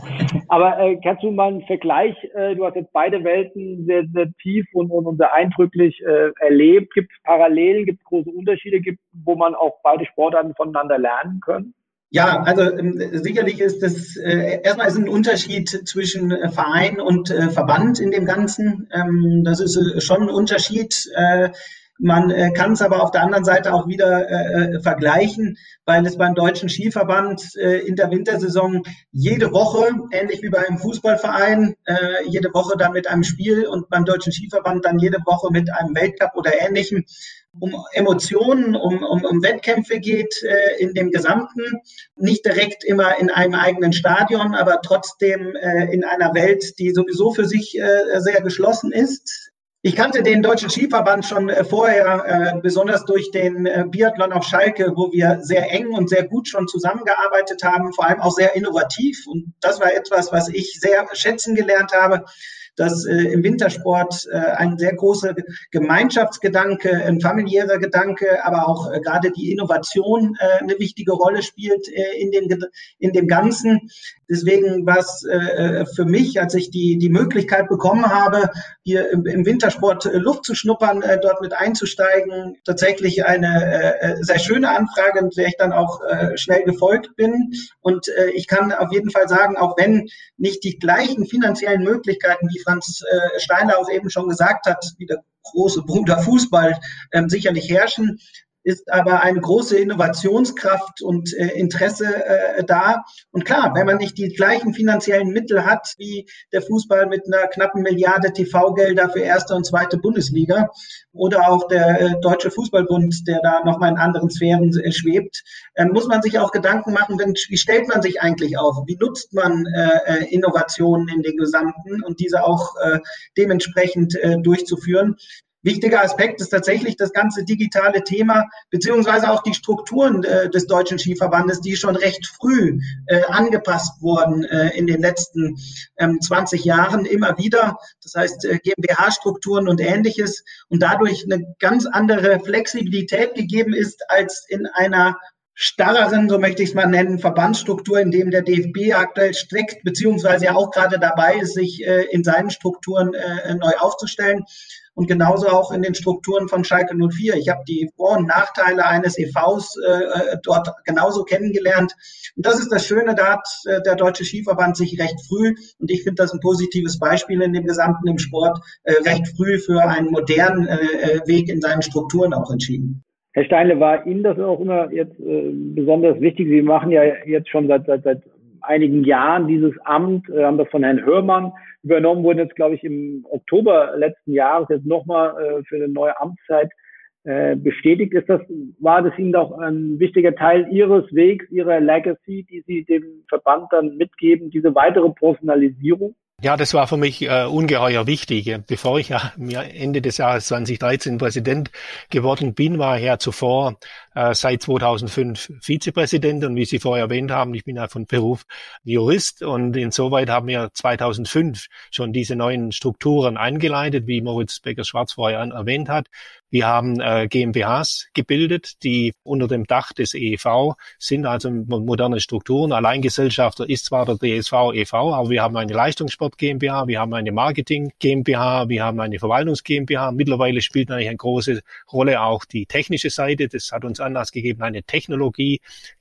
Aber äh, kannst du mal einen Vergleich, äh, du hast jetzt beide Welten sehr, sehr tief und, und, und sehr eindrücklich äh, erlebt. Gibt es Parallelen, gibt es große Unterschiede, gibt, wo man auch beide Sportarten voneinander lernen können? Ja, also ähm, sicherlich ist es, äh, erstmal ist ein Unterschied zwischen äh, Verein und äh, Verband in dem Ganzen. Ähm, das ist äh, schon ein Unterschied. Äh, Man äh, kann es aber auf der anderen Seite auch wieder äh, vergleichen, weil es beim Deutschen Skiverband äh, in der Wintersaison jede Woche, ähnlich wie bei einem Fußballverein, äh, jede Woche dann mit einem Spiel und beim Deutschen Skiverband dann jede Woche mit einem Weltcup oder Ähnlichem, um Emotionen, um, um, um Wettkämpfe geht äh, in dem Gesamten. Nicht direkt immer in einem eigenen Stadion, aber trotzdem äh, in einer Welt, die sowieso für sich äh, sehr geschlossen ist. Ich kannte den Deutschen Skiverband schon äh, vorher, äh, besonders durch den äh, Biathlon auf Schalke, wo wir sehr eng und sehr gut schon zusammengearbeitet haben, vor allem auch sehr innovativ. Und das war etwas, was ich sehr schätzen gelernt habe, dass äh, im Wintersport äh, ein sehr großer Gemeinschaftsgedanke, ein familiärer Gedanke, aber auch äh, gerade die Innovation äh, eine wichtige Rolle spielt äh, in, den, in dem Ganzen. Deswegen war es äh, für mich, als ich die, die Möglichkeit bekommen habe, hier im, im Wintersport äh, Luft zu schnuppern, äh, dort mit einzusteigen, tatsächlich eine äh, sehr schöne Anfrage, in der ich dann auch äh, schnell gefolgt bin. Und äh, ich kann auf jeden Fall sagen, auch wenn nicht die gleichen finanziellen Möglichkeiten, wie Franz äh, Steinle auch eben schon gesagt hat, wie der große Bruder Fußball ähm, sicherlich herrschen, ist aber eine große Innovationskraft und äh, Interesse äh, da. Und klar, wenn man nicht die gleichen finanziellen Mittel hat wie der Fußball mit einer knappen Milliarde T V-Gelder für erste und zweite Bundesliga oder auch der äh, Deutsche Fußballbund, der da nochmal in anderen Sphären äh, schwebt, äh, muss man sich auch Gedanken machen, wenn, wie stellt man sich eigentlich auf? Wie nutzt man äh, Innovationen in den Gesamten und diese auch äh, dementsprechend äh, durchzuführen? Wichtiger Aspekt ist tatsächlich das ganze digitale Thema, beziehungsweise auch die Strukturen äh, des Deutschen Skiverbandes, die schon recht früh äh, angepasst wurden äh, in den letzten ähm, zwanzig Jahren immer wieder. Das heißt äh, GmbH-Strukturen und Ähnliches und dadurch eine ganz andere Flexibilität gegeben ist als in einer starreren, so möchte ich es mal nennen, Verbandsstruktur, in dem der D F B aktuell streckt, beziehungsweise ja auch gerade dabei ist, sich äh, in seinen Strukturen äh, neu aufzustellen. Und genauso auch in den Strukturen von Schalke null vier. Ich habe die Vor- und Nachteile eines E Vs äh, dort genauso kennengelernt. Und das ist das Schöne, da hat äh, der Deutsche Skiverband sich recht früh, und ich finde das ein positives Beispiel in dem Gesamten im Sport, äh, recht früh für einen modernen äh, Weg in seinen Strukturen auch entschieden. Herr Steinle, war Ihnen das auch immer jetzt äh, besonders wichtig? Sie machen ja jetzt schon seit, seit, seit einigen Jahren dieses Amt, äh, haben das von Herrn Hörmann übernommen, wurden jetzt, glaube ich, im Oktober letzten Jahres jetzt nochmal äh, für eine neue Amtszeit äh, bestätigt. Ist das, war das Ihnen auch ein wichtiger Teil Ihres Wegs, Ihrer Legacy, die Sie dem Verband dann mitgeben, diese weitere Professionalisierung? Ja, das war für mich äh, ungeheuer wichtig. Bevor ich ja Ende des Jahres zweitausenddreizehn Präsident geworden bin, war ich ja zuvor äh, seit zweitausendfünf Vizepräsident. Und wie Sie vorher erwähnt haben, ich bin ja von Beruf Jurist und insoweit haben wir zweitausendfünf schon diese neuen Strukturen eingeleitet, wie Moritz Becker-Schwarz vorher erwähnt hat. Wir haben äh, GmbHs gebildet, die unter dem Dach des E E V sind, also moderne Strukturen. Alleingesellschafter ist zwar der D S V e V, aber wir haben eine Leistungssport GmbH, wir haben eine Marketing GmbH, wir haben eine Verwaltungs GmbH. Mittlerweile spielt natürlich eine große Rolle auch die technische Seite. Das hat uns Anlass gegeben, eine Technologie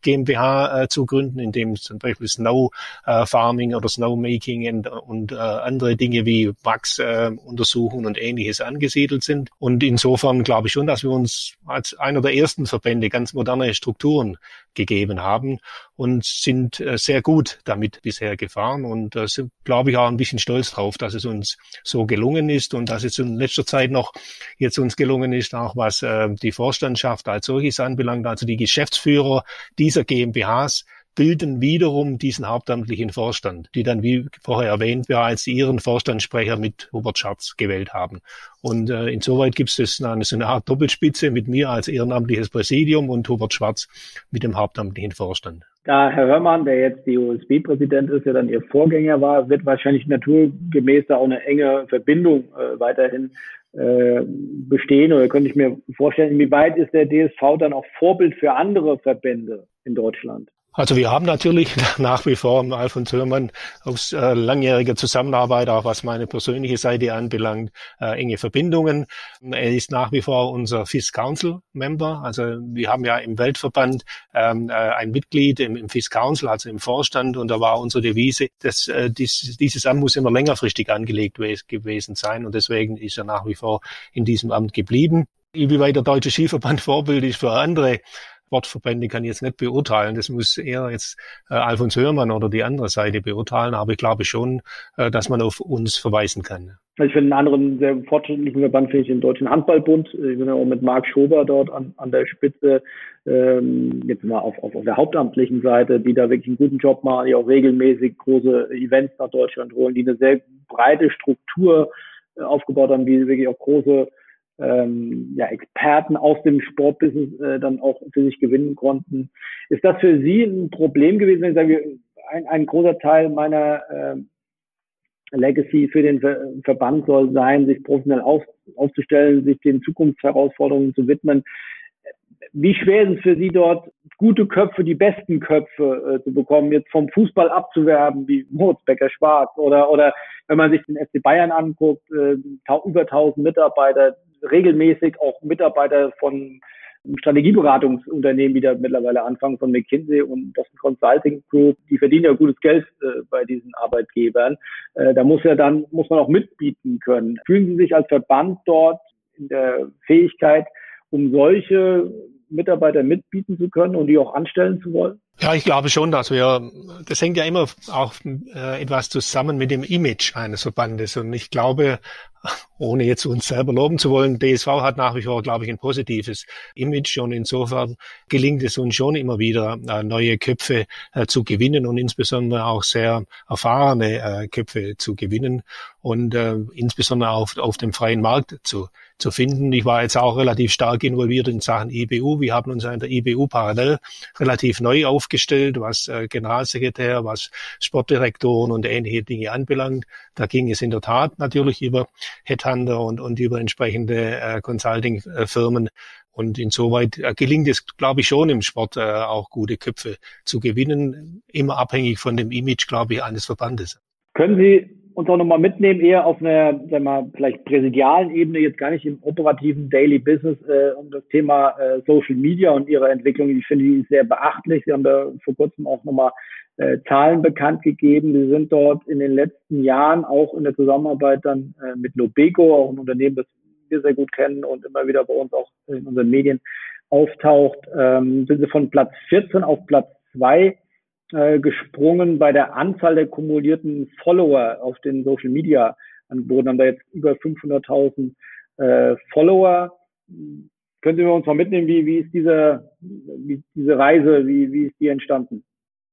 GmbH äh, zu gründen, in dem zum Beispiel Snow äh, Farming oder Snowmaking und, und äh, andere Dinge wie Wachsuntersuchungen äh, und Ähnliches angesiedelt sind. Und insofern glaube ich schon, dass wir uns als einer der ersten Verbände ganz moderne Strukturen gegeben haben und sind äh, sehr gut damit bisher gefahren und äh, sind, glaube ich, auch ein bisschen stolz drauf, dass es uns so gelungen ist und dass es in letzter Zeit noch jetzt uns gelungen ist, auch was äh, die Vorstandschaft als solches anbelangt, also die Geschäftsführer dieser GmbHs bilden wiederum diesen hauptamtlichen Vorstand, die dann, wie vorher erwähnt, wir als ihren Vorstandssprecher mit Hubert Schatz gewählt haben. Und äh, insoweit gibt es eine, so eine Art Doppelspitze mit mir als ehrenamtliches Präsidium und Hubert Schwarz mit dem hauptamtlichen Vorstand. Da Herr Hörmann, der jetzt die O S B-Präsident ist, der dann Ihr Vorgänger war, wird wahrscheinlich naturgemäß da auch eine enge Verbindung äh, weiterhin äh, bestehen. Oder könnte ich mir vorstellen, inwieweit ist der D S V dann auch Vorbild für andere Verbände in Deutschland? Also wir haben natürlich nach wie vor Alfons Hörmann aus äh, langjähriger Zusammenarbeit, auch was meine persönliche Seite anbelangt, äh, enge Verbindungen. Er ist nach wie vor unser F I S Council Member. Also wir haben ja im Weltverband ähm, äh, ein Mitglied im, im F I S Council, also im Vorstand, und da war unsere Devise, dass äh, dies, dieses Amt muss immer längerfristig angelegt gewesen sein und deswegen ist er nach wie vor in diesem Amt geblieben. Inwieweit der Deutsche Skiverband Vorbild ist für andere Sportverbände, kann ich jetzt nicht beurteilen. Das muss eher jetzt äh, Alfons Hörmann oder die andere Seite beurteilen. Aber ich glaube schon, äh, dass man auf uns verweisen kann. Also ich finde einen anderen sehr fortschrittlichen Verband, finde ich den Deutschen Handballbund. Ich bin ja auch mit Marc Schober dort an, an der Spitze, ähm, jetzt mal auf, auf, auf der hauptamtlichen Seite, die da wirklich einen guten Job machen, die auch regelmäßig große Events nach Deutschland holen, die eine sehr breite Struktur äh, aufgebaut haben, die wirklich auch große Ähm, ja, Experten aus dem Sportbusiness äh, dann auch für sich gewinnen konnten. Ist das für Sie ein Problem gewesen, wenn ich sage, ein, ein großer Teil meiner äh, Legacy für den Ver Verband soll sein, sich professionell auf, aufzustellen, sich den Zukunftsherausforderungen zu widmen. Wie schwer ist es für Sie dort, gute Köpfe, die besten Köpfe äh, zu bekommen, jetzt vom Fußball abzuwerben, wie Moritz Becker-Schwarz oder, oder wenn man sich den F C Bayern anguckt, äh, über tausend Mitarbeiter, regelmäßig auch Mitarbeiter von Strategieberatungsunternehmen, die da mittlerweile anfangen, von McKinsey und Boston Consulting Group, die verdienen ja gutes Geld äh, bei diesen Arbeitgebern. Äh, da muss ja dann, muss man auch mitbieten können. Fühlen Sie sich als Verband dort in der Fähigkeit, um solche Mitarbeiter mitbieten zu können und die auch anstellen zu wollen? Ja, ich glaube schon, dass wir, das hängt ja immer auch äh, etwas zusammen mit dem Image eines Verbandes. Und ich glaube, ohne jetzt uns selber loben zu wollen, D S V hat nach wie vor, glaube ich, ein positives Image. Und insofern gelingt es uns schon immer wieder, äh, neue Köpfe äh, zu gewinnen und insbesondere auch sehr erfahrene äh, Köpfe zu gewinnen und äh, insbesondere auf, auf dem freien Markt zu, zu finden. Ich war jetzt auch relativ stark involviert in Sachen I B U. Wir haben uns in der I B U parallel relativ neu aufgestellt, was äh, Generalsekretär, was Sportdirektoren und ähnliche Dinge anbelangt. Da ging es in der Tat natürlich über Headhunter und, und über entsprechende äh, Consulting-Firmen. Und insoweit äh, gelingt es, glaube ich, schon im Sport äh, auch gute Köpfe zu gewinnen, immer abhängig von dem Image, glaube ich, eines Verbandes. Können Sie uns auch nochmal mitnehmen, eher auf einer, sagen wir mal, vielleicht präsidialen Ebene, jetzt gar nicht im operativen Daily Business, äh, um das Thema äh, Social Media und ihre Entwicklung. Ich finde die sehr beachtlich. Sie haben da vor kurzem auch nochmal äh, Zahlen bekannt gegeben. Sie sind dort in den letzten Jahren auch in der Zusammenarbeit dann äh, mit Lobego, auch ein Unternehmen, das wir sehr gut kennen und immer wieder bei uns auch in unseren Medien auftaucht, ähm, sind sie von Platz vierzehn auf Platz zwei gesprungen bei der Anzahl der kumulierten Follower auf den Social Media Angeboten. Haben da jetzt über fünfhunderttausend äh, Follower. Können Sie uns mal mitnehmen, wie, wie ist diese, wie diese Reise, wie, wie ist die entstanden?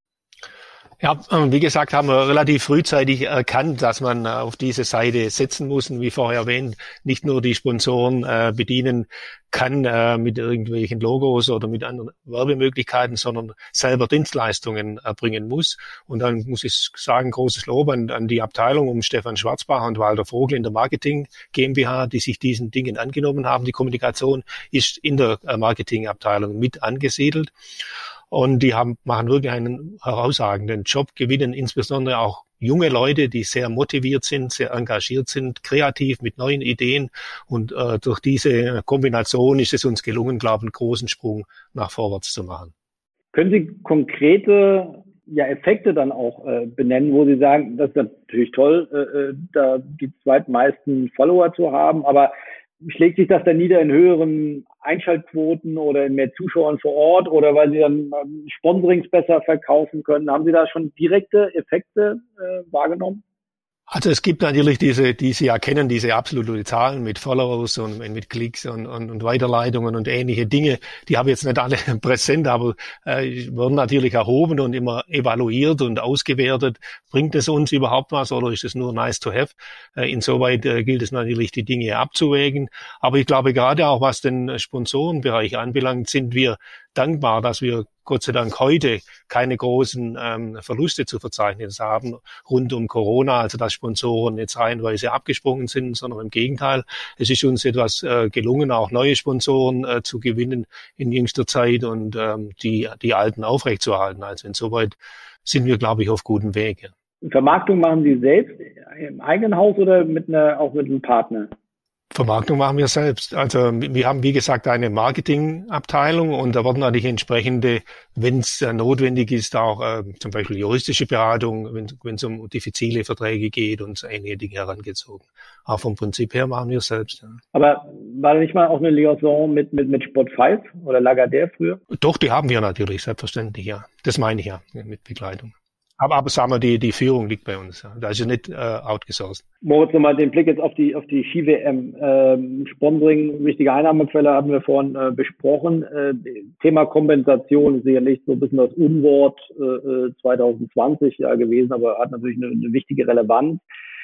Ja, wie gesagt, haben wir relativ frühzeitig erkannt, dass man auf diese Seite setzen muss und wie vorher erwähnt, nicht nur die Sponsoren äh, bedienen kann äh, mit irgendwelchen Logos oder mit anderen Werbemöglichkeiten, sondern selber Dienstleistungen erbringen muss. Und dann muss ich sagen, großes Lob an, an die Abteilung um Stefan Schwarzbach und Walter Vogel in der Marketing GmbH, die sich diesen Dingen angenommen haben. Die Kommunikation ist in der Marketingabteilung mit angesiedelt. Und die haben, machen wirklich einen herausragenden Job, gewinnen insbesondere auch junge Leute, die sehr motiviert sind, sehr engagiert sind, kreativ mit neuen Ideen. Und äh, durch diese Kombination ist es uns gelungen, glaube ich, einen großen Sprung nach vorwärts zu machen. Können Sie konkrete ja, Effekte dann auch äh, benennen, wo Sie sagen, das ist natürlich toll, äh, da die zweitmeisten Follower zu haben, aber schlägt sich das dann nieder in höheren Einschaltquoten oder in mehr Zuschauern vor Ort oder weil Sie dann Sponsorings besser verkaufen können? Haben Sie da schon direkte Effekte äh, wahrgenommen? Also es gibt natürlich diese, die Sie ja kennen, diese absolute Zahlen mit Followers und mit Klicks und, und, und Weiterleitungen und ähnliche Dinge. Die habe ich jetzt nicht alle präsent, aber äh, werden natürlich erhoben und immer evaluiert und ausgewertet. Bringt es uns überhaupt was oder ist es nur nice to have? Äh, insoweit äh, gilt es natürlich, die Dinge abzuwägen. Aber ich glaube, gerade auch was den Sponsorenbereich anbelangt, sind wir dankbar, dass wir Gott sei Dank heute keine großen ähm, Verluste zu verzeichnen haben rund um Corona, also dass Sponsoren jetzt reihenweise abgesprungen sind, sondern im Gegenteil. Es ist uns etwas äh, gelungen, auch neue Sponsoren äh, zu gewinnen in jüngster Zeit und ähm, die die alten aufrechtzuerhalten. Also insoweit sind wir, glaube ich, auf gutem Weg. Ja. Vermarktung machen Sie selbst im eigenen Haus oder mit einer, auch mit einem Partner? Vermarktung machen wir selbst. Also wir haben, wie gesagt, eine Marketingabteilung und da werden natürlich entsprechende, wenn es äh, notwendig ist, auch äh, zum Beispiel juristische Beratung, wenn es um diffizile Verträge geht und ähnliche Dinge herangezogen. Auch vom Prinzip her machen wir selbst. Ja. Aber war da nicht mal auch eine Liaison mit mit mit Sport fünf oder Lagardère früher? Doch, die haben wir natürlich, selbstverständlich, ja. Das meine ich ja, mit Begleitung. Aber, aber sagen wir, die, die Führung liegt bei uns. Ja. Da ist ja nicht äh, outgesourced. Moritz, nochmal den Blick jetzt auf die auf die Ski-W M. Ähm, Sponsoring, wichtige Einnahmequelle, haben wir vorhin äh, besprochen. Äh, Thema Kompensation ist sicherlich so ein bisschen das Unwort äh, zwanzig zwanzig ja gewesen, aber hat natürlich eine, eine wichtige Relevanz.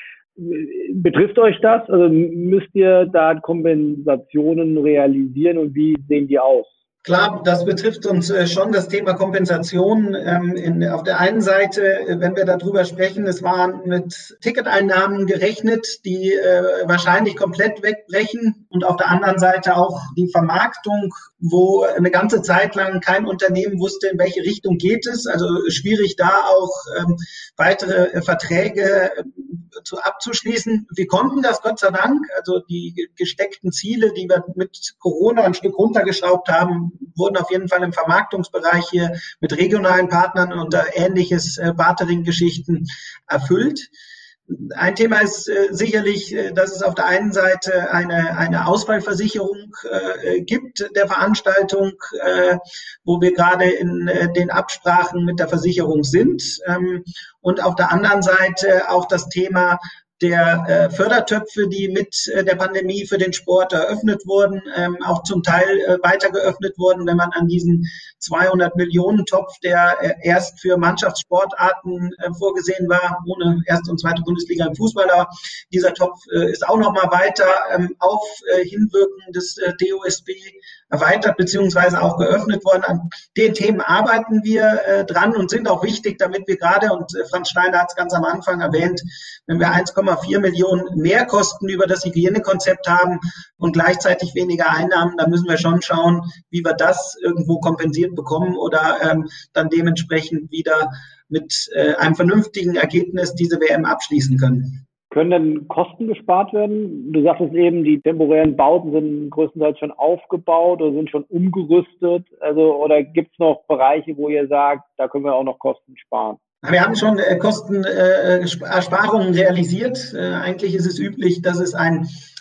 Betrifft euch das? Also müsst ihr da Kompensationen realisieren und wie sehen die aus? Klar, das betrifft uns äh, schon, das Thema Kompensation. Ähm, in, auf der einen Seite, äh, wenn wir darüber sprechen, es waren mit Ticketeinnahmen gerechnet, die äh, wahrscheinlich komplett wegbrechen. Und auf der anderen Seite auch die Vermarktung, wo eine ganze Zeit lang kein Unternehmen wusste, in welche Richtung geht es. Also schwierig da auch ähm, weitere äh, Verträge äh, zu abzuschließen. Wir konnten das Gott sei Dank. Also die gesteckten Ziele, die wir mit Corona ein Stück runtergeschraubt haben, wurden auf jeden Fall im Vermarktungsbereich hier mit regionalen Partnern und äh, ähnliches äh, Bartering-Geschichten erfüllt. Ein Thema ist äh, sicherlich, äh, dass es auf der einen Seite eine, eine Ausfallversicherung äh, gibt der Veranstaltung, äh, wo wir gerade in äh, den Absprachen mit der Versicherung sind. Ähm, und auf der anderen Seite auch das Thema der äh, Fördertöpfe, die mit äh, der Pandemie für den Sport eröffnet wurden, ähm, auch zum Teil äh, weiter geöffnet wurden, wenn man an diesen zweihundert Millionen Topf, der äh, erst für Mannschaftssportarten äh, vorgesehen war, ohne erste und zweite Bundesliga im Fußball, aber dieser Topf äh, ist auch noch mal weiter ähm, auf äh, Hinwirken des äh, D O S B erweitert beziehungsweise auch geöffnet worden. An den Themen arbeiten wir äh, dran und sind auch wichtig, damit wir gerade, und äh, Franz Steiner hat es ganz am Anfang erwähnt, wenn wir eins Komma vier Millionen Mehrkosten über das Hygienekonzept haben und gleichzeitig weniger Einnahmen, dann müssen wir schon schauen, wie wir das irgendwo kompensiert bekommen oder ähm, dann dementsprechend wieder mit äh, einem vernünftigen Ergebnis diese W M abschließen können. Können denn Kosten gespart werden? Du sagtest eben, die temporären Bauten sind größtenteils schon aufgebaut oder sind schon umgerüstet. Also, oder gibt es noch Bereiche, wo ihr sagt, da können wir auch noch Kosten sparen? Wir haben schon äh, Kostenersparungen äh, realisiert. Äh, eigentlich ist es üblich, dass es ein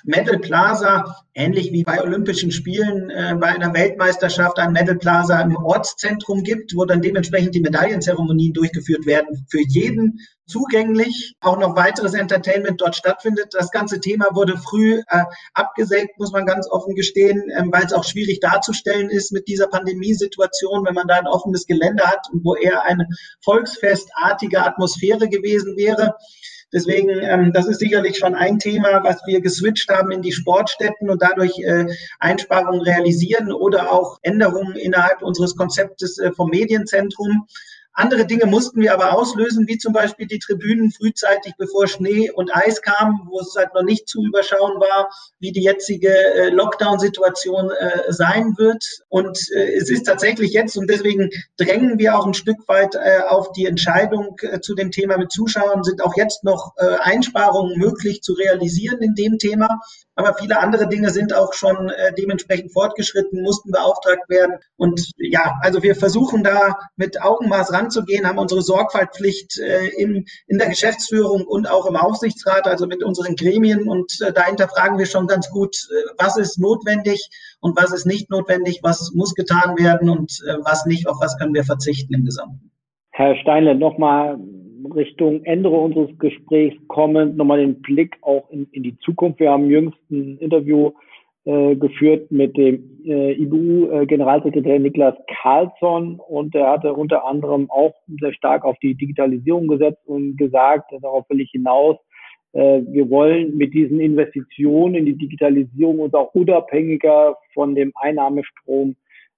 Medal Plaza, ähnlich wie bei Olympischen Spielen, äh, bei einer Weltmeisterschaft ein Medal Plaza im Ortszentrum gibt, wo dann dementsprechend die Medaillenzeremonien durchgeführt werden, für jeden zugänglich, auch noch weiteres Entertainment dort stattfindet. Das ganze Thema wurde früh äh, abgesägt, muss man ganz offen gestehen, ähm, weil es auch schwierig darzustellen ist mit dieser Pandemiesituation, wenn man da ein offenes Gelände hat und wo eher eine volksfestartige Atmosphäre gewesen wäre. Deswegen, ähm, das ist sicherlich schon ein Thema, was wir geswitcht haben in die Sportstätten und dadurch äh, Einsparungen realisieren oder auch Änderungen innerhalb unseres Konzeptes äh, vom Medienzentrum. Andere Dinge mussten wir aber auslösen, wie zum Beispiel die Tribünen frühzeitig, bevor Schnee und Eis kam, wo es halt noch nicht zu überschauen war, wie die jetzige äh, Lockdown-Situation äh, sein wird. Und äh, es ist tatsächlich jetzt, und deswegen drängen wir auch ein Stück weit äh, auf die Entscheidung äh, zu dem Thema mit Zuschauern, sind auch jetzt noch äh, Einsparungen möglich zu realisieren in dem Thema. Aber viele andere Dinge sind auch schon äh, dementsprechend fortgeschritten, mussten beauftragt werden. Und ja, also wir versuchen da mit Augenmaß ranzugehen, haben unsere Sorgfaltspflicht äh, im, in der Geschäftsführung und auch im Aufsichtsrat, also mit unseren Gremien. Und äh, da hinterfragen wir schon ganz gut, äh, was ist notwendig und was ist nicht notwendig, was muss getan werden und äh, was nicht, auf was können wir verzichten im Gesamten. Herr Steinle, nochmal Richtung Ende unseres Gesprächs kommend, nochmal den Blick auch in, in die Zukunft. Wir haben jüngst ein Interview äh, geführt mit dem äh, I B U-Generalsekretär Niklas Karlsson und er hatte unter anderem auch sehr stark auf die Digitalisierung gesetzt und gesagt, darauf will ich hinaus, äh, wir wollen mit diesen Investitionen in die Digitalisierung uns auch unabhängiger von dem Einnahmestrom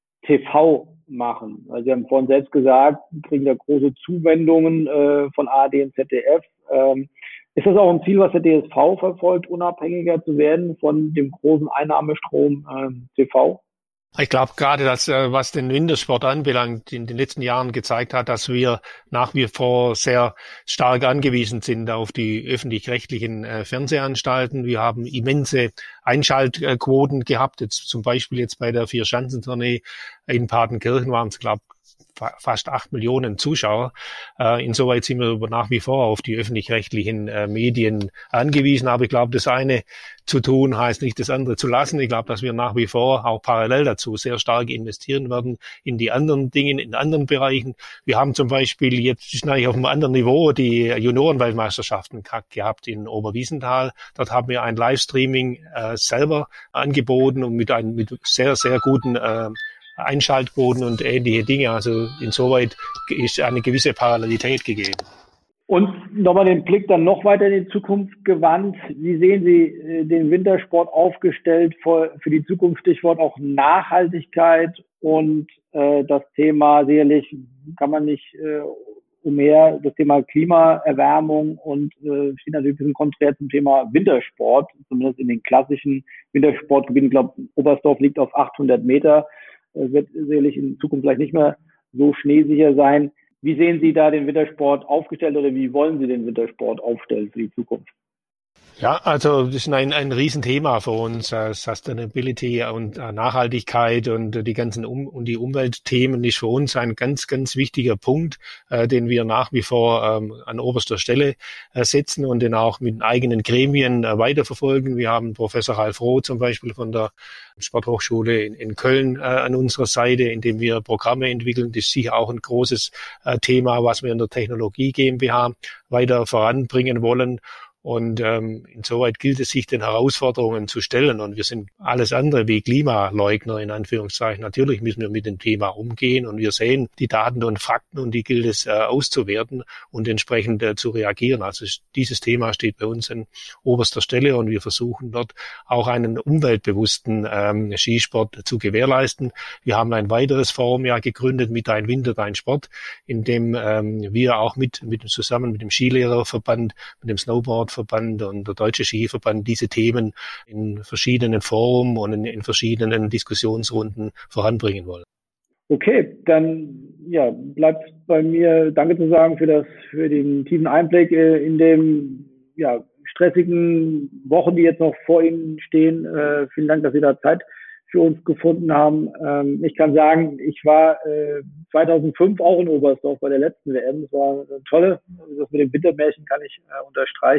T V machen. Also Sie haben vorhin selbst gesagt, wir kriegen da große Zuwendungen äh, von A R D und Z D F. Ähm, ist das auch ein Ziel, was der D S V verfolgt, unabhängiger zu werden von dem großen Einnahmestrom äh, T V? Ich glaube gerade, dass äh, was den Wintersport anbelangt, in den letzten Jahren gezeigt hat, dass wir nach wie vor sehr stark angewiesen sind auf die öffentlich-rechtlichen äh, Fernsehanstalten. Wir haben immense Einschaltquoten gehabt. Jetzt zum Beispiel jetzt bei der Vier-Schanzentournee in Partenkirchen waren es, glaube fast acht Millionen Zuschauer. Äh, insoweit sind wir nach wie vor auf die öffentlich-rechtlichen äh, Medien angewiesen. Aber ich glaube, das eine zu tun heißt nicht, das andere zu lassen. Ich glaube, dass wir nach wie vor auch parallel dazu sehr stark investieren werden in die anderen Dinge, in anderen Bereichen. Wir haben zum Beispiel jetzt, ist eigentlich auf einem anderen Niveau, die Juniorenweltmeisterschaften gehabt in Oberwiesenthal. Dort haben wir ein Livestreaming äh, selber angeboten und mit einem mit sehr, sehr guten äh, Einschaltquoten und ähnliche Dinge. Also insoweit ist eine gewisse Parallelität gegeben. Und nochmal den Blick dann noch weiter in die Zukunft gewandt. Wie sehen Sie äh, den Wintersport aufgestellt für, für die Zukunft? Stichwort auch Nachhaltigkeit und äh, das Thema, sicherlich kann man nicht äh, umher, das Thema Klimaerwärmung und äh, steht natürlich ein bisschen konträr zum Thema Wintersport, zumindest in den klassischen Wintersportgebieten. Ich glaube, Oberstdorf liegt auf achthundert Meter. Es wird sicherlich in Zukunft vielleicht nicht mehr so schneesicher sein. Wie sehen Sie da den Wintersport aufgestellt oder wie wollen Sie den Wintersport aufstellen für die Zukunft? Ja, also das ist ein, ein Riesenthema für uns, uh, Sustainability und uh, Nachhaltigkeit und uh, die ganzen um und die Umweltthemen ist für uns ein ganz, ganz wichtiger Punkt, uh, den wir nach wie vor um, an oberster Stelle uh, setzen und den auch mit eigenen Gremien uh, weiterverfolgen. Wir haben Professor Ralf Roth zum Beispiel von der Sporthochschule in, in Köln uh, an unserer Seite, in dem wir Programme entwickeln. Das ist sicher auch ein großes uh, Thema, was wir in der Technologie GmbH weiter voranbringen wollen. Und ähm, insoweit gilt es, sich den Herausforderungen zu stellen. Und wir sind alles andere wie Klimaleugner in Anführungszeichen. Natürlich müssen wir mit dem Thema umgehen und wir sehen die Daten und Fakten und die gilt es äh, auszuwerten und entsprechend äh, zu reagieren. Also dieses Thema steht bei uns an oberster Stelle und wir versuchen dort auch einen umweltbewussten ähm, Skisport zu gewährleisten. Wir haben ein weiteres Forum ja gegründet mit Dein Winter, Dein Sport, in dem ähm, wir auch mit, mit zusammen mit dem Skilehrerverband, mit dem Snowboard Verband und der Deutsche Skiverband diese Themen in verschiedenen Foren und in, in verschiedenen Diskussionsrunden voranbringen wollen. Okay, dann ja, bleibt bei mir Danke zu sagen für das, für den tiefen Einblick in den ja, stressigen Wochen, die jetzt noch vor Ihnen stehen. Äh, vielen Dank, dass Sie da Zeit für uns gefunden haben. Ähm, ich kann sagen, ich war äh, zweitausendfünf auch in Oberstdorf bei der letzten W M. Das war eine tolle, das mit dem Wintermärchen kann ich äh, unterstreichen.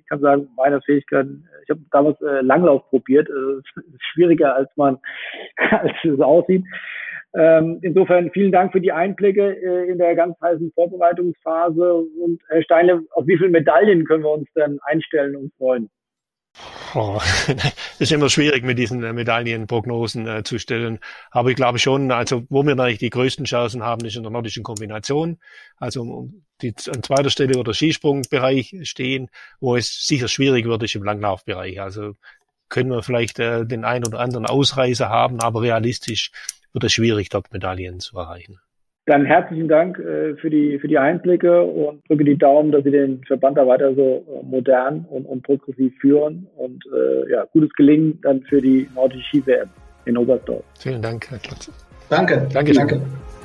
kann sagen, meine Fähigkeiten, ich habe damals äh, Langlauf probiert, äh, ist schwieriger als man, als es aussieht. Ähm, insofern vielen Dank für die Einblicke äh, in der ganz heißen Vorbereitungsphase. Und Herr Steinle, auf wie viele Medaillen können wir uns denn einstellen und freuen? Oh, das ist immer schwierig, mit diesen Medaillenprognosen äh, zu stellen. Aber ich glaube schon, also wo wir natürlich die größten Chancen haben, ist in der nordischen Kombination. Also um die an zweiter Stelle oder Skisprungbereich stehen, wo es sicher schwierig wird, ist im Langlaufbereich. Also können wir vielleicht äh, den einen oder anderen Ausreißer haben, aber realistisch wird es schwierig, dort Medaillen zu erreichen. Dann herzlichen Dank äh, für die für die Einblicke und drücke die Daumen, dass Sie den Verband da weiter so äh, modern und, und progressiv führen und äh, ja, gutes Gelingen dann für die nordische Ski-W M in Oberstdorf. Vielen Dank, Herr Klotz. Danke. Dankeschön. Danke.